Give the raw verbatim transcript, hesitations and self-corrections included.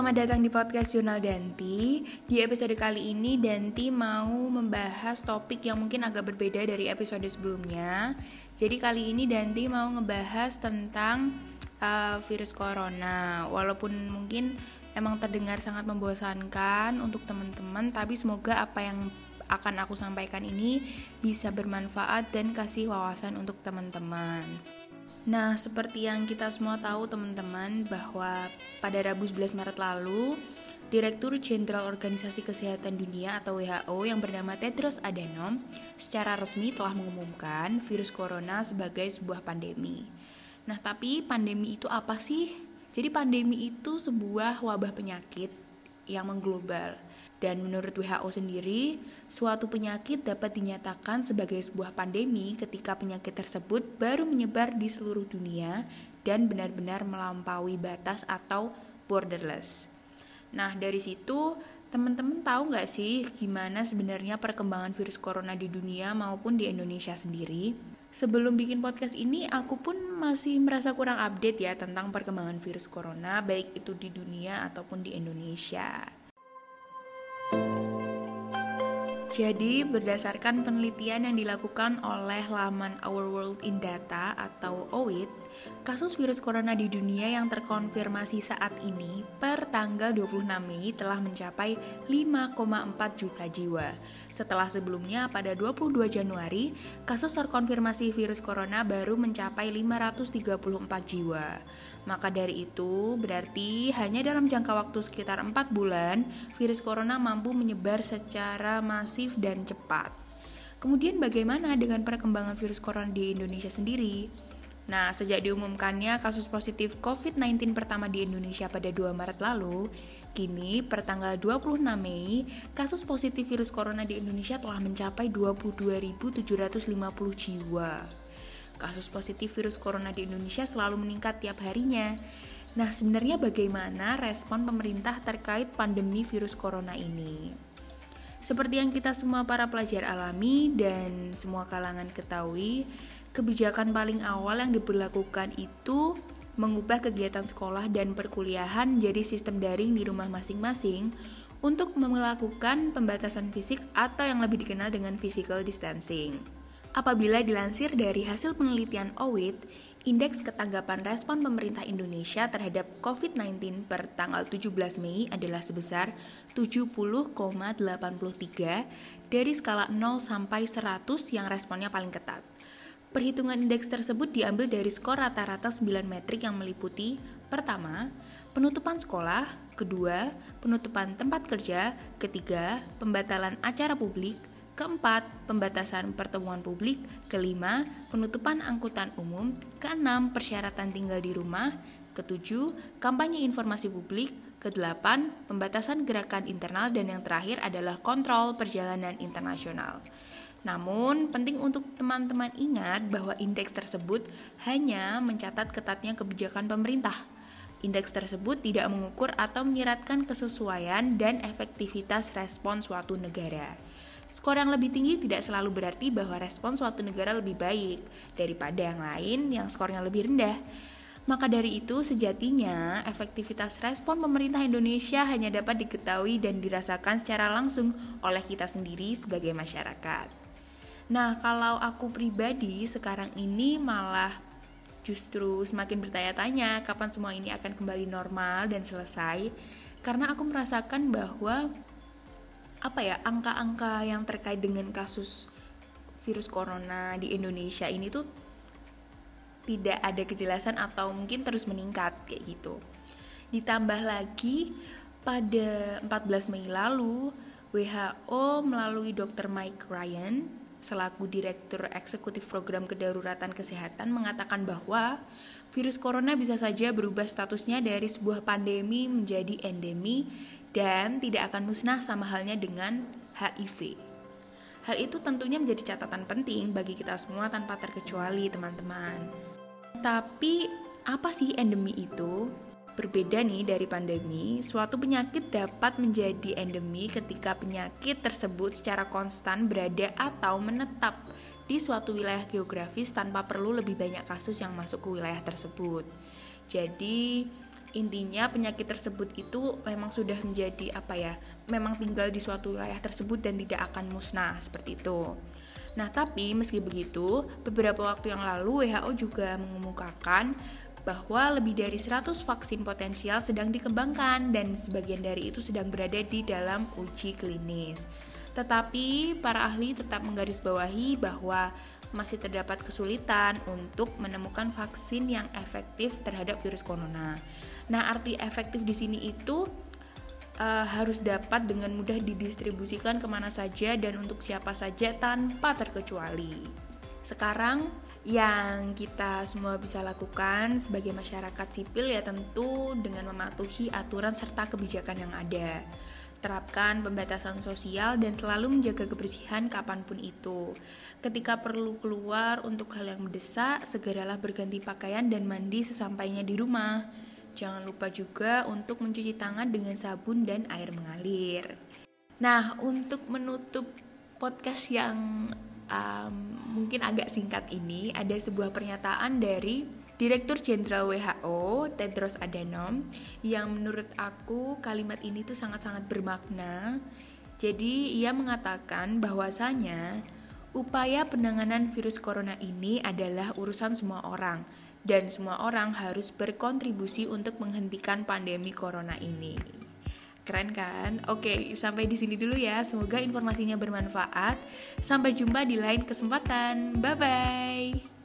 Selamat datang di podcast Jurnal Danti. Di episode kali ini Danti mau membahas topik yang mungkin agak berbeda dari episode sebelumnya. Jadi kali ini Danti mau ngebahas tentang uh, virus corona. Walaupun mungkin emang terdengar sangat membosankan untuk teman-teman, tapi semoga apa yang akan aku sampaikan ini bisa bermanfaat dan kasih wawasan untuk teman-teman. Nah, seperti yang kita semua tahu teman-teman, bahwa pada Rabu sebelas Maret lalu, Direktur Jenderal Organisasi Kesehatan Dunia atau W H O yang bernama Tedros Adhanom secara resmi telah mengumumkan virus corona sebagai sebuah pandemi. Nah, tapi pandemi itu apa sih? Jadi pandemi itu sebuah wabah penyakit yang mengglobal. Dan menurut W H O sendiri, suatu penyakit dapat dinyatakan sebagai sebuah pandemi ketika penyakit tersebut baru menyebar di seluruh dunia dan benar-benar melampaui batas atau borderless. Nah, dari situ teman-teman tahu nggak sih gimana sebenarnya perkembangan virus corona di dunia maupun di Indonesia sendiri? Sebelum bikin podcast ini, aku pun masih merasa kurang update ya tentang perkembangan virus corona, baik itu di dunia ataupun di Indonesia. Jadi, berdasarkan penelitian yang dilakukan oleh laman Our World in Data atau O W I D, kasus virus corona di dunia yang terkonfirmasi saat ini per tanggal dua puluh enam Mei telah mencapai lima koma empat juta jiwa. Setelah sebelumnya pada dua puluh dua Januari, kasus terkonfirmasi virus corona baru mencapai lima ratus tiga puluh empat jiwa. Maka dari itu, berarti hanya dalam jangka waktu sekitar empat bulan, virus corona mampu menyebar secara masif dan cepat. Kemudian bagaimana dengan perkembangan virus corona di Indonesia sendiri? Nah, sejak diumumkannya kasus positif covid sembilan belas pertama di Indonesia pada dua Maret lalu, kini per tanggal dua puluh enam Mei, kasus positif virus corona di Indonesia telah mencapai dua puluh dua ribu tujuh ratus lima puluh jiwa. Kasus positif virus corona di Indonesia selalu meningkat tiap harinya. Nah, sebenarnya bagaimana respon pemerintah terkait pandemi virus corona ini? Seperti yang kita semua para pelajar alami dan semua kalangan ketahui, kebijakan paling awal yang diberlakukan itu mengubah kegiatan sekolah dan perkuliahan jadi sistem daring di rumah masing-masing untuk melakukan pembatasan fisik atau yang lebih dikenal dengan physical distancing. Apabila dilansir dari hasil penelitian O W I D, indeks ketanggapan respon pemerintah Indonesia terhadap covid sembilan belas per tanggal tujuh belas Mei adalah sebesar tujuh puluh koma delapan tiga dari skala nol sampai seratus yang responnya paling ketat. Perhitungan indeks tersebut diambil dari skor rata-rata sembilan metrik yang meliputi: pertama, penutupan sekolah; kedua, penutupan tempat kerja; ketiga, pembatalan acara publik; keempat, pembatasan pertemuan publik; kelima, penutupan angkutan umum; keenam, persyaratan tinggal di rumah; ketujuh, kampanye informasi publik; kedelapan, pembatasan gerakan internal; dan yang terakhir adalah kontrol perjalanan internasional. Namun, penting untuk teman-teman ingat bahwa indeks tersebut hanya mencatat ketatnya kebijakan pemerintah. Indeks tersebut tidak mengukur atau menyiratkan kesesuaian dan efektivitas respon suatu negara. Skor yang lebih tinggi tidak selalu berarti bahwa respon suatu negara lebih baik daripada yang lain yang skornya lebih rendah. Maka dari itu, sejatinya efektivitas respon pemerintah Indonesia hanya dapat diketahui dan dirasakan secara langsung oleh kita sendiri sebagai masyarakat. Nah, kalau aku pribadi sekarang ini malah justru semakin bertanya-tanya kapan semua ini akan kembali normal dan selesai, karena aku merasakan bahwa apa ya, angka-angka yang terkait dengan kasus virus corona di Indonesia ini tuh tidak ada kejelasan atau mungkin terus meningkat kayak gitu. Ditambah lagi pada empat belas Mei lalu, W H O melalui dokter Mike Ryan selaku Direktur Eksekutif Program Kedaruratan Kesehatan mengatakan bahwa virus corona bisa saja berubah statusnya dari sebuah pandemi menjadi endemi dan tidak akan musnah sama halnya dengan H I V. Hal itu tentunya menjadi catatan penting bagi kita semua tanpa terkecuali, teman-teman. Tapi apa sih endemi itu? Berbeda nih dari pandemi, suatu penyakit dapat menjadi endemi ketika penyakit tersebut secara konstan berada atau menetap di suatu wilayah geografis tanpa perlu lebih banyak kasus yang masuk ke wilayah tersebut. Jadi, Intinya penyakit tersebut itu memang sudah menjadi apa ya, memang tinggal di suatu wilayah tersebut dan tidak akan musnah seperti itu. Nah, tapi meski begitu, beberapa waktu yang lalu W H O juga mengemukakan bahwa lebih dari seratus vaksin potensial sedang dikembangkan dan sebagian dari itu sedang berada di dalam uji klinis. Tetapi para ahli tetap menggarisbawahi bahwa masih terdapat kesulitan untuk menemukan vaksin yang efektif terhadap virus corona. Nah, arti efektif di sini itu uh, harus dapat dengan mudah didistribusikan kemana saja dan untuk siapa saja tanpa terkecuali. Sekarang yang kita semua bisa lakukan sebagai masyarakat sipil ya tentu dengan mematuhi aturan serta kebijakan yang ada. Terapkan pembatasan sosial dan selalu menjaga kebersihan kapanpun itu. Ketika perlu keluar untuk hal yang mendesak, segeralah berganti pakaian dan mandi sesampainya di rumah. Jangan lupa juga untuk mencuci tangan dengan sabun dan air mengalir. Nah, untuk menutup podcast yang um, mungkin agak singkat ini, ada sebuah pernyataan dari Direktur Jenderal W H O, Tedros Adhanom, yang menurut aku kalimat ini tuh sangat-sangat bermakna. Jadi ia mengatakan bahwasanya upaya penanganan virus corona ini adalah urusan semua orang dan semua orang harus berkontribusi untuk menghentikan pandemi corona ini. Keren kan? Oke, sampai di sini dulu ya. Semoga informasinya bermanfaat. Sampai jumpa di lain kesempatan. Bye bye.